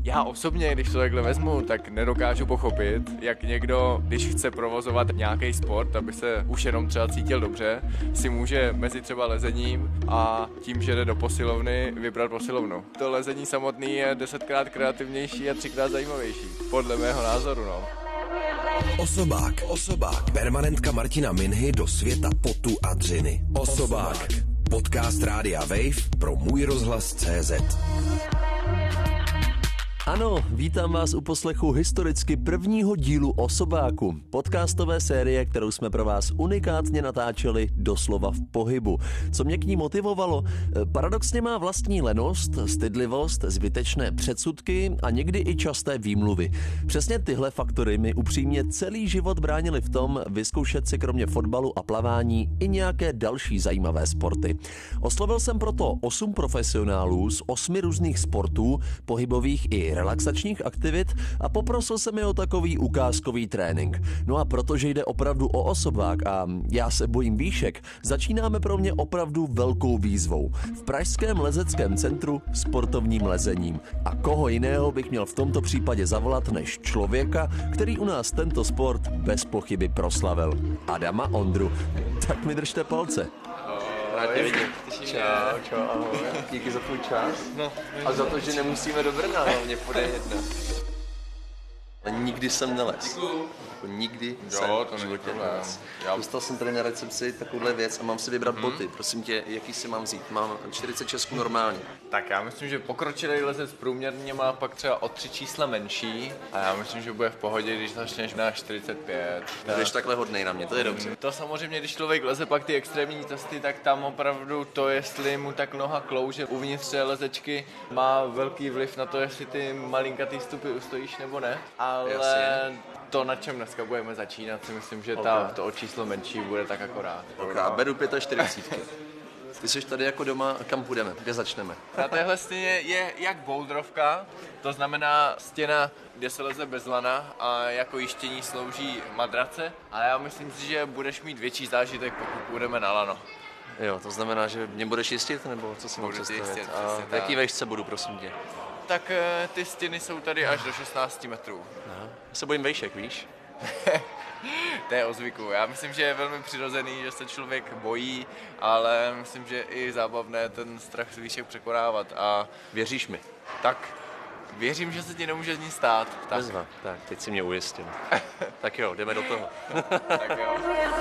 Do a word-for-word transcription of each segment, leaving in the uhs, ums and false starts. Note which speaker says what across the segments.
Speaker 1: Já osobně, když to takhle vezmu, tak nedokážu pochopit, jak někdo, když chce provozovat nějaký sport, aby se už jenom třeba cítil dobře, si může mezi třeba lezením a tím, že jde do posilovny, vybrat posilovnu. To lezení samotný je desetkrát kreativnější a třikrát zajímavější, podle mého názoru, no.
Speaker 2: Osobák, osobák, permanentka Martina Minhy do světa potu a dřiny. Osobák, podcast Rádia Wave pro Můj rozhlas tečka cé zet.
Speaker 3: Ano, vítám vás u poslechu historicky prvního dílu Osobáku, podcastové série, kterou jsme pro vás unikátně natáčeli doslova v pohybu. Co mě k ní motivovalo? Paradoxně má vlastní lenost, stydlivost, zbytečné předsudky a někdy i časté výmluvy. Přesně tyhle faktory mi upřímně celý život bránili v tom vyzkoušet si kromě fotbalu a plavání i nějaké další zajímavé sporty. Oslovil jsem proto osm profesionálů z osmi různých sportů, pohybových i relaxačních aktivit a poprosil jsem je o takový ukázkový trénink. No a protože jde opravdu o osobák a já se bojím výšek, začínáme pro mě opravdu velkou výzvou. V pražském lezeckém centru sportovním lezením. A koho jiného bych měl v tomto případě zavolat než člověka, který u nás tento sport bez pochyby proslavil. Adama Ondru. Tak mi držte palce.
Speaker 4: Rád tě vidím. Čau, čau, ahoj. Díky za tvůj čas. No, a za to, že nemusíme do Brna, hlavně po dé jedna. Ale nikdy jsem nelez. Jako nikdy
Speaker 1: Jo,
Speaker 4: jsem
Speaker 1: to
Speaker 4: v životě
Speaker 1: není
Speaker 4: nelez.
Speaker 1: Já...
Speaker 4: Dostal jsem tady na recepci takovouhle věc a mám si vybrat mm-hmm. boty. Prosím tě, jaký si mám vzít? Mám čtyřicet šest normální.
Speaker 1: Tak já myslím, že pokročilý lezec průměrně má pak třeba o tři čísla menší a já myslím, že bude v pohodě, když začneš na čtyřicet pět.
Speaker 4: Budeš takhle hodnej na mě, to je dobře.
Speaker 1: To samozřejmě, když člověk leze pak ty extrémní cesty, tak tam opravdu to, jestli mu tak noha klouže uvnitř té lezečky, má velký vliv na to, jestli ty malinkatý stupy ustojíš nebo ne. Ale
Speaker 4: Jasně.
Speaker 1: To, na čem dneska budeme začínat, si myslím, že ta, okay. to o číslo menší bude tak akorát.
Speaker 4: Ok, beru čtyřicet pět. Ty jsi tady jako doma, kam půjdeme? Kde začneme?
Speaker 1: Na téhle stěně je jak bouldrovka, to znamená stěna, kde se leze bez lana a jako jištění slouží madrace. A já myslím si, že budeš mít větší zážitek, pokud půjdeme na lano.
Speaker 4: Jo, to znamená, že mě budeš jistit, nebo co si mám představit? A v jaký vejšce budu, prosím tě?
Speaker 1: Tak ty stěny jsou tady až do šestnáct metrů.
Speaker 4: Aha. Já se bojím vejšek, víš?
Speaker 1: To je o zvyku. Já myslím, že je velmi přirozený, že se člověk bojí, ale myslím, že i zábavné ten strach z výšek překonávat. A
Speaker 4: věříš mi?
Speaker 1: Tak věřím, že se ti nemůže nic stát. Tak.
Speaker 4: Bezva. Tak, teď si mě ujistil. Tak jo, jdeme do toho.
Speaker 1: Tak jo.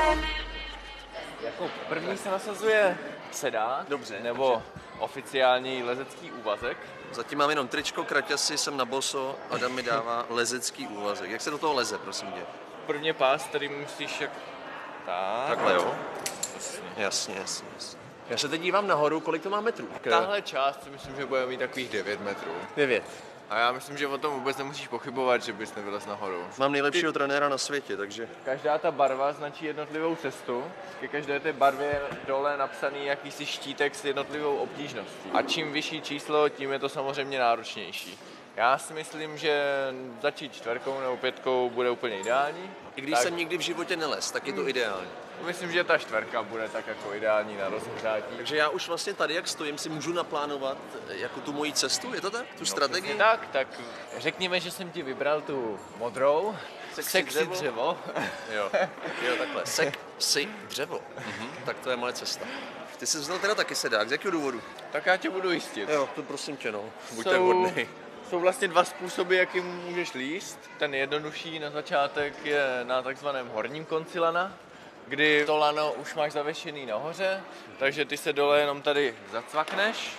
Speaker 1: Jako první se nasazuje sedák,
Speaker 4: dobře,
Speaker 1: nebo dobře. Oficiální lezecký úvazek.
Speaker 4: Zatím mám jenom tričko, kraťasy, jsem na boso, Adam mi dává lezecký úvazek. Jak se do toho leze, prosím tě?
Speaker 1: Prvně pás, který musíš jak... Tak.
Speaker 4: Takhle jo? Jasně, jasně, jasně. Já se teď dívám nahoru, kolik to má metrů?
Speaker 1: Tahle část si myslím, že bude mít takových devět metrů.
Speaker 4: devět.
Speaker 1: A já myslím, že o tom vůbec nemusíš pochybovat, že bys nevylez nahoru.
Speaker 4: Mám nejlepšího Ty... trenéra na světě, takže...
Speaker 1: Každá ta barva značí jednotlivou cestu. Ke každé té barvě je dole napsaný jakýsi štítek s jednotlivou obtížností. A čím vyšší číslo, tím je to samozřejmě náročnější. Já si myslím, že začít čtverkou nebo pětkou bude úplně ideální.
Speaker 4: I když
Speaker 1: tak...
Speaker 4: jsem nikdy v životě nelez, tak je to ideální.
Speaker 1: Myslím, že ta čtverka bude tak jako ideální na rozhřátí.
Speaker 4: Takže já už vlastně tady, jak stojím, si můžu naplánovat jako tu moji cestu, je to tak? Tu
Speaker 1: no,
Speaker 4: strategii?
Speaker 1: Tak, tak řekněme, že jsem ti vybral tu modrou.
Speaker 4: Sexy,
Speaker 1: Sexy
Speaker 4: dřevo.
Speaker 1: dřevo.
Speaker 4: Jo, jo, takhle. Sek, si, dřevo. Mhm. Tak to je moje cesta. Ty jsi vzal teda taky sedák, z jakého důvodu?
Speaker 1: Tak já tě budu jistit.
Speaker 4: Jo, to prosím tě, no. Buď
Speaker 1: Jsou...
Speaker 4: tak hodnej.
Speaker 1: Jsou vlastně dva způsoby, jakým můžeš líst. Ten jednodušší na začátek je na takzvaném horním konci lana, kdy to lano už máš zavěšený nahoře, takže ty se dole jenom tady zacvakneš.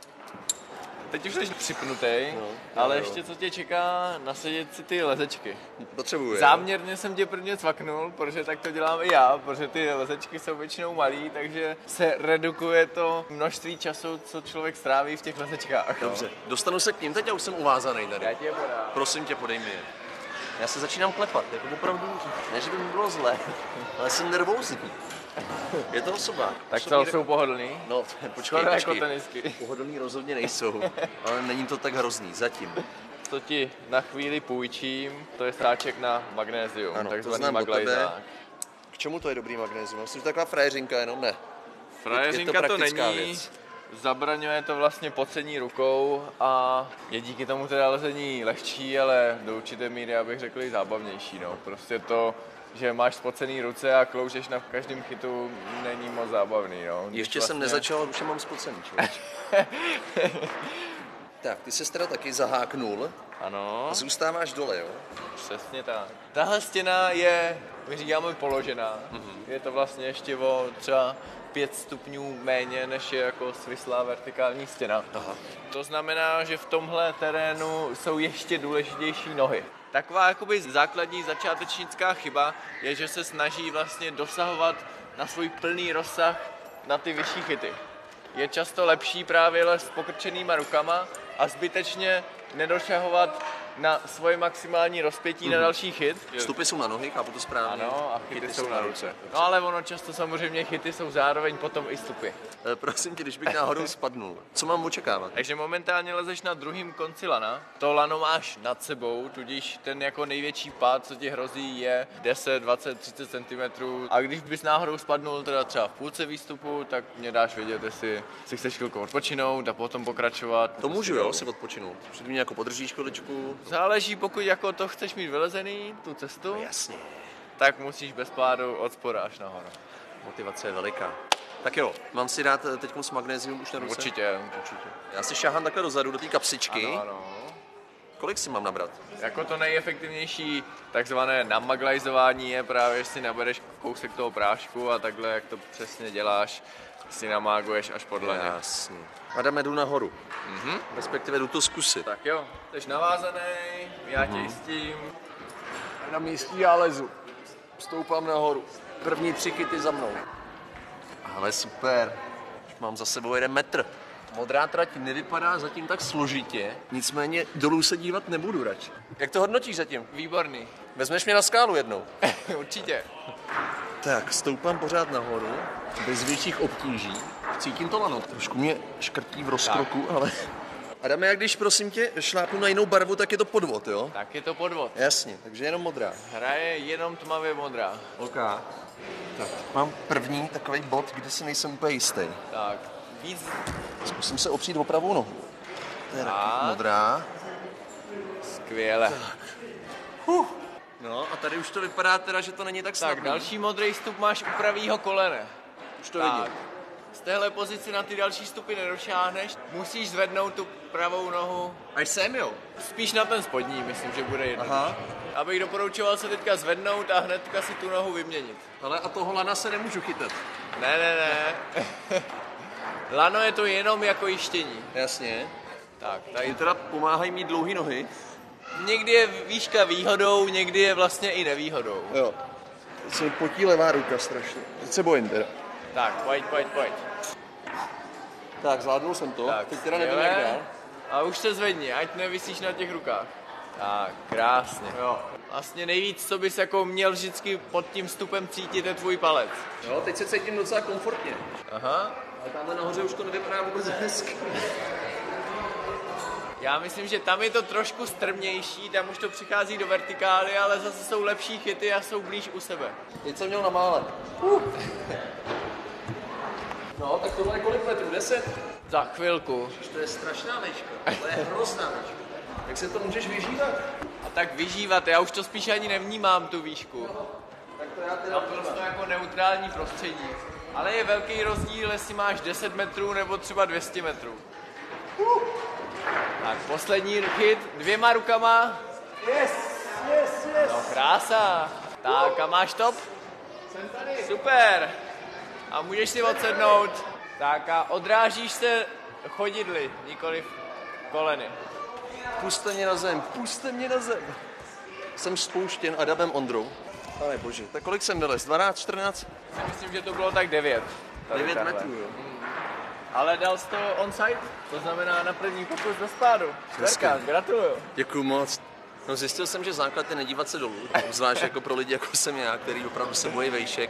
Speaker 1: Teď už jsi připnutej, no, ale jo. Ještě co tě čeká, nasadit si ty lezečky.
Speaker 4: Potřebuji.
Speaker 1: Záměrně jsem tě prvně cvaknul, protože tak to dělám i já, protože ty lezečky jsou většinou malý, takže se redukuje to množství času, co člověk stráví v těch lezečkách.
Speaker 4: Dobře, dostanu se k ním, teď já už jsem uvázaný tady.
Speaker 1: Já ti je podám.
Speaker 4: Prosím tě, podej mi je. Já se začínám klepat, jako opravdu, ne, že by mi bylo zle, ale jsem nervózní. Je to osobák.
Speaker 1: Tak co, jsou pohodlný?
Speaker 4: No, počkej,
Speaker 1: počkej.
Speaker 4: jako
Speaker 1: tenisky.
Speaker 4: Pohodlný rozhodně nejsou, ale není to tak hrozný, zatím.
Speaker 1: To ti na chvíli půjčím, to je sáček na magnézium,
Speaker 4: ano,
Speaker 1: takzvaný maglajzák.
Speaker 4: K čemu to je dobrý magnézium? Myslím, že taková frajeřinka jenom ne.
Speaker 1: Frajeřinka
Speaker 4: je to,
Speaker 1: to není,
Speaker 4: věc.
Speaker 1: zabraňuje to vlastně pocení rukou a je díky tomu teda lezení lehčí, ale do určité míry, abych řekl, i zábavnější. No. Prostě to, že máš spocený ruce a kloužeš na každém chytu, není moc zábavný. No.
Speaker 4: Ještě vlastně... jsem nezačal, už je mám spocený, člověk. Tak, ty se teda taky zaháknul.
Speaker 1: Ano.
Speaker 4: A zůstáváš dole, jo?
Speaker 1: Přesně tak. Tahle stěna je, my říkáme, položená. Mm-hmm. Je to vlastně ještě o třeba pět stupňů méně, než je jako svislá vertikální stěna.
Speaker 4: Aha.
Speaker 1: To znamená, že v tomhle terénu jsou ještě důležitější nohy. Taková jakoby základní začátečnická chyba je, že se snaží vlastně dosahovat na svůj plný rozsah na ty vyšší chyty. Je často lepší právě les s pokrčenýma rukama a zbytečně nedošahovat na svoje maximální rozpětí mm-hmm. na další chyt.
Speaker 4: Stupy jsou na nohy, chápu to správně.
Speaker 1: Ano, a chyty, chyty jsou na ruce. No ale ono často samozřejmě chyty jsou zároveň potom i stupy.
Speaker 4: E, prosím tě, když bych náhodou spadnul, co mám očekávat?
Speaker 1: Takže momentálně lezeš na druhém konci lana. To lano máš nad sebou, tudíž ten jako největší pád, co ti hrozí, je deset, dvacet, třicet centimetrů. A když bys náhodou spadnul teda třeba v půlce výstupu, tak mě dáš vědět, jestli si chceš chvilku odpočinout a potom pokračovat.
Speaker 4: To můžu, jo, si odpočinout. Před mě jako podržíš chviličku.
Speaker 1: Záleží, pokud jako to chceš mít vylezený, tu cestu,
Speaker 4: no, jasně.
Speaker 1: Tak musíš bez pádu od spoda až nahoru.
Speaker 4: Motivace je veliká. Tak jo, mám si dát teď s magnézium už na ruce?
Speaker 1: Určitě, určitě.
Speaker 4: Já si šáhám takhle dozadu do té kapsičky.
Speaker 1: Ano, ano.
Speaker 4: Kolik si mám nabrat?
Speaker 1: Jako to nejefektivnější takzvané namaglajzování je právě, že si nabereš kousek toho prášku a takhle, jak to přesně děláš, si namáguješ až podle něj.
Speaker 4: Jasně. A jdeme jdu nahoru.
Speaker 1: Mhm.
Speaker 4: Respektive jdu to zkusit.
Speaker 1: Tak jo, jsi navázaný, já tě
Speaker 4: Mhm.
Speaker 1: jistím.
Speaker 4: Na místí já lezu. Stoupám nahoru. První tři chyty za mnou. Ale super. Už mám za sebou jeden metr. Modrá trať nevypadá zatím tak složitě, nicméně dolů se dívat nebudu radši. Jak to hodnotíš zatím?
Speaker 1: Výborný.
Speaker 4: Vezmeš mě na skálu jednou?
Speaker 1: Určitě.
Speaker 4: Tak, stoupám pořád nahoru, bez větších obtíží. Cítím to lano. Trošku mě škrtí v rozkroku, tak. Ale... Adame, jak když, prosím tě, šlápnu na jinou barvu, tak je to podvod, jo?
Speaker 1: Tak je to podvod.
Speaker 4: Jasně, takže jenom modrá.
Speaker 1: Hraje jenom tmavě modrá.
Speaker 4: OK. Tak, mám první takový bod, kde si nejsem úplně jistý.
Speaker 1: Tak, víc...
Speaker 4: Zkusím se opřít o pravou nohu. To je
Speaker 1: A...
Speaker 4: modrá.
Speaker 1: Skvěle.
Speaker 4: Tak. Huh. No a tady už to vypadá teda, že to není tak snadné.
Speaker 1: Tak, další modrý stup máš u pravýho kolene.
Speaker 4: Už to
Speaker 1: tak.
Speaker 4: vidím.
Speaker 1: Z téhle pozici na ty další stupy nedošáhneš, musíš zvednout tu pravou nohu.
Speaker 4: Až sem, jo?
Speaker 1: Spíš na ten spodní, myslím, že bude jednodušší.
Speaker 4: Aha.
Speaker 1: Abych doporučoval se teďka zvednout a hnedka si tu nohu vyměnit.
Speaker 4: Ale a toho lana se nemůžu chytat.
Speaker 1: Ne, ne, ne. Lano je to jenom jako jištění.
Speaker 4: Jasně.
Speaker 1: Tak,
Speaker 4: Tady
Speaker 1: tady
Speaker 4: teda pomáhají mít dlouhý nohy.
Speaker 1: někdy je výška výhodou, někdy je vlastně i nevýhodou.
Speaker 4: Jo. Teď se mi potí levá ruka strašně. Teď se bojím teda.
Speaker 1: Tak, pojď, pojď, pojď.
Speaker 4: Tak, zvládnul jsem to.
Speaker 1: Tak,
Speaker 4: teď teda nevím, jak dál.
Speaker 1: A už se zvedni, ať nevisíš na těch rukách. Tak, krásně.
Speaker 4: Jo.
Speaker 1: Vlastně nejvíc, co bys jako měl vždycky pod tím stupem cítit, je tvůj palec.
Speaker 4: Jo, teď se cítím docela komfortně.
Speaker 1: Aha.
Speaker 4: Ale tamhle nahoře už to nevypadá vůbec hezky.
Speaker 1: Já myslím, že tam je to trošku strmnější, tam už to přichází do vertikály, ale zase jsou lepší chyty a jsou blíž u sebe.
Speaker 4: Teď jsem měl na mále. Uh. No, tak tohle je kolik metrů? deset?
Speaker 1: Za chvilku.
Speaker 4: To je strašná vejška. To je hrozná vejška. Jak se to můžeš vyžívat?
Speaker 1: A tak vyžívat, já už to spíš ani nevnímám, tu výšku.
Speaker 4: No, tak to já teda...
Speaker 1: Naprosto jako neutrální prostředí. Ale je velký rozdíl, jestli máš deset metrů nebo třeba dvě stě metrů.
Speaker 4: Uh.
Speaker 1: Tak poslední chyt dvěma rukama.
Speaker 4: Yes, yes, yes.
Speaker 1: No krása. Tak a máš top?
Speaker 4: Jsem tady.
Speaker 1: Super. A můžeš si odsednout. Tak a odrážíš se chodidly, nikoliv koleny.
Speaker 4: Puste mě na zem, puste mě na zem. Jsem spouštěn Adamem Ondrou. Ale bože, tak kolik jsem vylez? dvanáct, čtrnáct?
Speaker 1: Já myslím, že to bylo tak devět.
Speaker 4: devět metrů, jo.
Speaker 1: Ale dal jsi to on-site, to znamená na první pokus do spádu. Čtvrka, gratuluju.
Speaker 4: Děkuju moc. No, zjistil jsem, že základ je nedívat se dolů, zvlášť jako pro lidi jako jsem já, který opravdu se bojí vejšek.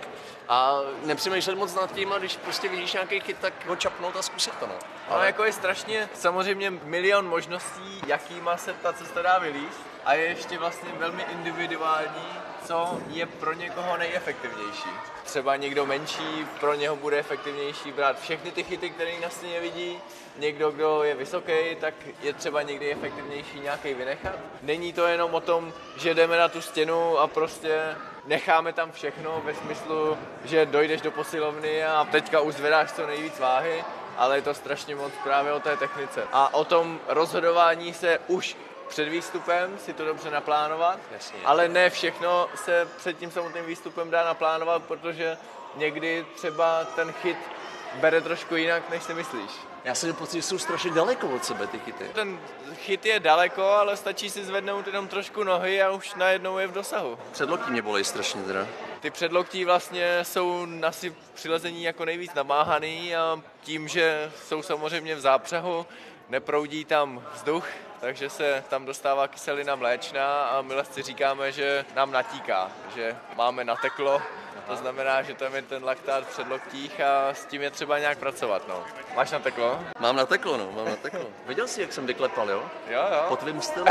Speaker 4: A nepřemýšlet moc nad tím, a když prostě vidíš nějaký chyt, tak ho čapnout a zkusit to, no.
Speaker 1: Ale no, jako je strašně, samozřejmě milion možností, jakýma se ta cesta dá vylízt a je ještě vlastně velmi individuální, co je pro někoho nejefektivnější. Třeba někdo menší, pro něho bude efektivnější brát všechny ty chyty, které na stěně vidí. Někdo, kdo je vysoký, tak je třeba někdy efektivnější nějaký vynechat. Není to jenom o tom, že jdeme na tu stěnu a prostě necháme tam všechno ve smyslu, že dojdeš do posilovny a teďka už zvedáš co nejvíc váhy, ale je to strašně moc právě o té technice. A o tom rozhodování se už před výstupem si to dobře naplánovat,
Speaker 4: Jasně.
Speaker 1: ale ne všechno se před tím samotným výstupem dá naplánovat, protože někdy třeba ten chyt bere trošku jinak, než si myslíš.
Speaker 4: Já si pocit, že jsou strašně daleko od sebe ty chyty.
Speaker 1: Ten chyt je daleko, ale stačí si zvednout jenom trošku nohy a už najednou je v dosahu.
Speaker 4: Předloktí mě bolej strašně teda.
Speaker 1: Ty předloktí vlastně jsou asi přilezení jako nejvíc namáhaný a tím, že jsou samozřejmě v zápřehu, neproudí tam vzduch, takže se tam dostává kyselina mléčná a my lesci říkáme, že nám natíká, že máme nateklo. To znamená, že tam je ten laktát v předloktích a s tím je třeba nějak pracovat, no. Máš nateklo?
Speaker 4: Mám nateklo, no, mám nateklo. Viděl jsi, jak jsem vyklepal, jo?
Speaker 1: Jo, jo.
Speaker 4: Po tvým stylu.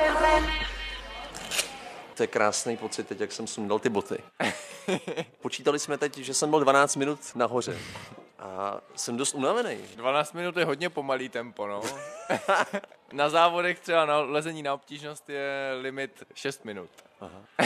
Speaker 4: To je krásný pocit teď, jak jsem sundal ty boty. Počítali jsme teď, že jsem byl dvanáct minut nahoře. A jsem dost unavený.
Speaker 1: dvanáct minut je hodně pomalý tempo, no. Na závodech třeba na lezení na obtížnost je limit šest minut.
Speaker 4: Aha.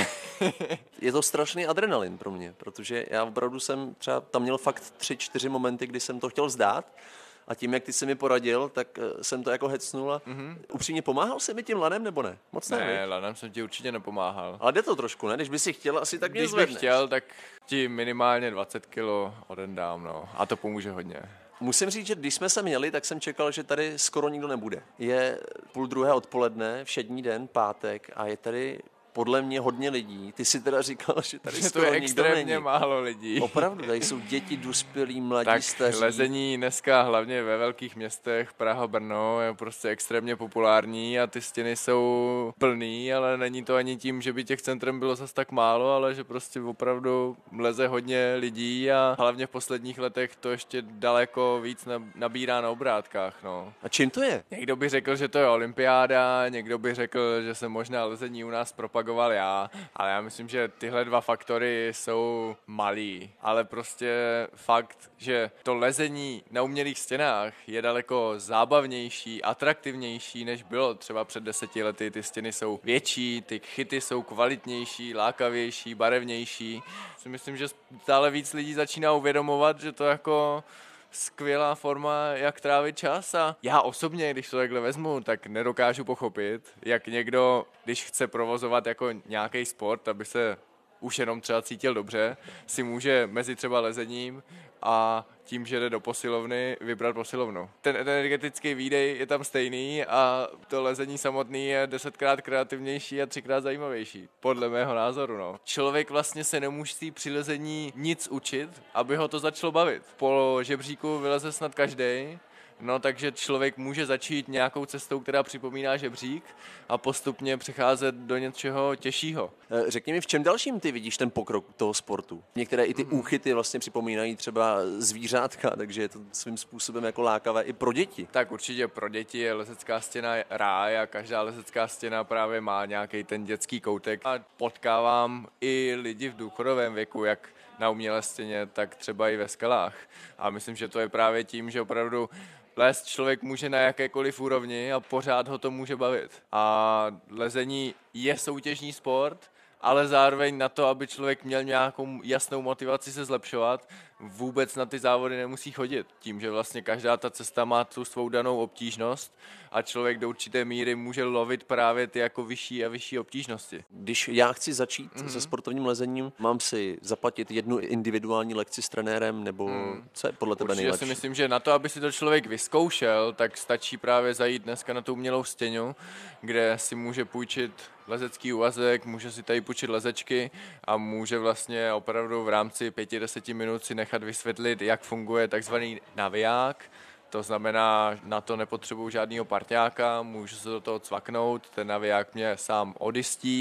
Speaker 4: Je to strašný adrenalin pro mě, protože já opravdu jsem třeba tam měl fakt tři, čtyři momenty, kdy jsem to chtěl vzdát. A tím, jak ty jsi mi poradil, tak jsem to jako hecnul a mm-hmm. upřímně pomáhal jsi mi tím lanem, nebo ne? Moc ne,
Speaker 1: Ne, lanem jsem ti určitě nepomáhal.
Speaker 4: Ale jde to trošku, ne? Když bys si chtěl, asi tak mě
Speaker 1: Když
Speaker 4: zvedneš.
Speaker 1: bych chtěl, tak ti minimálně dvacet kilo odendám, no. A to pomůže hodně.
Speaker 4: Musím říct, že když jsme se měli, tak jsem čekal, že tady skoro nikdo nebude. Je půl druhé odpoledne, všední den, pátek a je tady podle mě hodně lidí. Ty si teda říkal, že tady
Speaker 1: to
Speaker 4: skoro
Speaker 1: je
Speaker 4: nikdo
Speaker 1: extrémně
Speaker 4: není.
Speaker 1: málo lidí.
Speaker 4: Opravdu, tady jsou děti, dospělí, mladí,
Speaker 1: tak
Speaker 4: staří.
Speaker 1: lezení dneska hlavně ve velkých městech, Praha, Brno, je prostě extrémně populární a ty stěny jsou plný, ale není to ani tím, že by těch centrem bylo zas tak málo, ale že prostě opravdu leze hodně lidí a hlavně v posledních letech to ještě daleko víc nabírá na obrátkách, no.
Speaker 4: A čím to je?
Speaker 1: Někdo by řekl, že to je olympiáda, někdo by řekl, že se možná lezení u nás propagoval já, ale já myslím, že tyhle dva faktory jsou malý, ale prostě fakt, že to lezení na umělých stěnách je daleko zábavnější, atraktivnější, než bylo třeba před deseti lety. Ty stěny jsou větší, ty chyty jsou kvalitnější, lákavější, barevnější. Myslím, že stále víc lidí začíná uvědomovat, že to jako skvělá forma, jak trávit čas a já osobně, když to takhle vezmu, tak nedokážu pochopit, jak někdo, když chce provozovat jako nějaký sport, aby se už jenom třeba cítil dobře, si může mezi třeba lezením a tím, že jde do posilovny, vybrat posilovnu. Ten energetický výdej je tam stejný a to lezení samotný je desetkrát kreativnější a třikrát zajímavější. Podle mého názoru, no. Člověk vlastně se nemusí při lezení nic učit, aby ho to začalo bavit. Po žebříku vyleze snad každej. No, takže člověk může začít nějakou cestou, která připomíná žebřík a postupně přecházet do něčeho těžšího.
Speaker 4: Řekni mi, v čem dalším ty vidíš ten pokrok toho sportu? Některé i ty úchyty vlastně připomínají třeba zvířátka, takže je to svým způsobem jako lákavé i pro děti.
Speaker 1: Tak určitě pro děti je lezecká stěna ráj a každá lezecká stěna právě má nějaký ten dětský koutek. A potkávám i lidi v důchodovém věku, jak na umělé stěně, tak třeba i ve skalách. A myslím, že to je právě tím, že opravdu lézt člověk může na jakékoliv úrovni a pořád ho to může bavit. A lezení je soutěžní sport, ale zároveň na to, aby člověk měl nějakou jasnou motivaci se zlepšovat, vůbec na ty závody nemusí chodit. Tím, že vlastně každá ta cesta má tu svou danou obtížnost a člověk do určité míry může lovit právě ty jako vyšší a vyšší obtížnosti.
Speaker 4: Když já chci začít mm-hmm. se sportovním lezením, mám si zaplatit jednu individuální lekci s trenérem, nebo mm. co je podle tebe
Speaker 1: Určitě
Speaker 4: nejlepší?
Speaker 1: si myslím, že na to, aby si to člověk vyzkoušel, tak stačí právě zajít dneska na tu umělou stěnu, kde si může půjčit lezecký úvazek, může si tady půjčit lezečky a může vlastně opravdu v rámci pěti, deseti minut si nechat vysvětlit, jak funguje takzvaný naviják. To znamená, na to nepotřebuji žádného parťáka, můžu se do toho cvaknout, ten naviják mě sám odjistí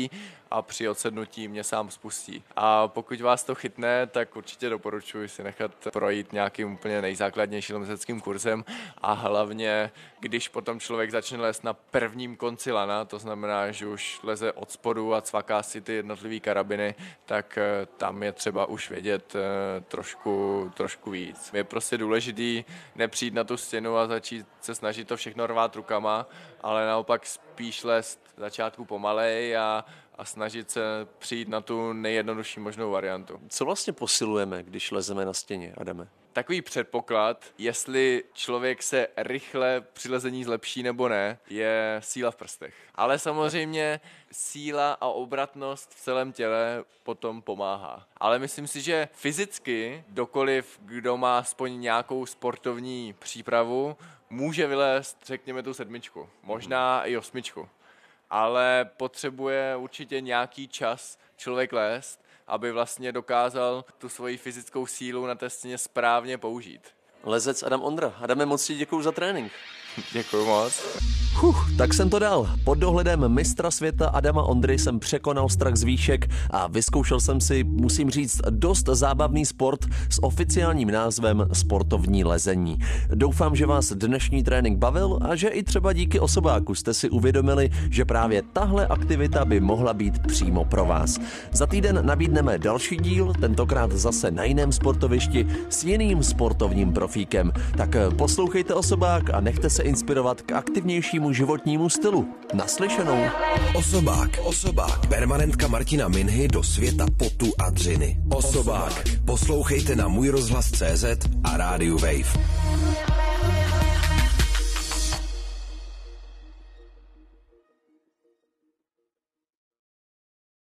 Speaker 1: a při odsednutí mě sám spustí. A pokud vás to chytne, tak určitě doporučuji si nechat projít nějakým úplně nejzákladnějším lezeckým kurzem a hlavně, když potom člověk začne lézt na prvním konci lana, to znamená, že už leze od spodu a cvaká si ty jednotlivé karabiny, tak tam je třeba už vědět trošku, trošku víc. Je prostě důležitý nepřijít na tu stěnu a začít se snažit to všechno rvát rukama, ale naopak spíš lézt začátku pomalej a, a snažit se přijít na tu nejjednodušší možnou variantu.
Speaker 3: Co vlastně posilujeme, když lezeme na stěně, Adame?
Speaker 1: Takový předpoklad, jestli člověk se rychle při lezení zlepší nebo ne, je síla v prstech. Ale samozřejmě síla a obratnost v celém těle potom pomáhá. Ale myslím si, že fyzicky kdokoliv, kdo má aspoň nějakou sportovní přípravu, může vylézt, řekněme, tu sedmičku, možná i osmičku. Ale potřebuje určitě nějaký čas člověk lézt, aby vlastně dokázal tu svoji fyzickou sílu na té stěně správně použít.
Speaker 3: Lezec Adam Ondra. Adame, moc ti děkuju za trénink.
Speaker 1: Děkuju moc.
Speaker 3: Huh, tak jsem to dal. Pod dohledem mistra světa Adama Ondry jsem překonal strach z výšek a vyzkoušel jsem si, musím říct, dost zábavný sport s oficiálním názvem sportovní lezení. Doufám, že vás dnešní trénink bavil a že i třeba díky osobáku jste si uvědomili, že právě tahle aktivita by mohla být přímo pro vás. Za týden nabídneme další díl, tentokrát zase na jiném sportovišti s jiným sportovním profíkem. Tak poslouchejte osobák a nechte se inspirovat k aktivnějšímu životnímu stylu. Naslyšenou.
Speaker 2: Osobák, osobák. Permanentka Martina Minhy do světa potu a dřiny. Osobák. Poslouchejte na můj rozhlas tečka cé zet a rádiu Wave.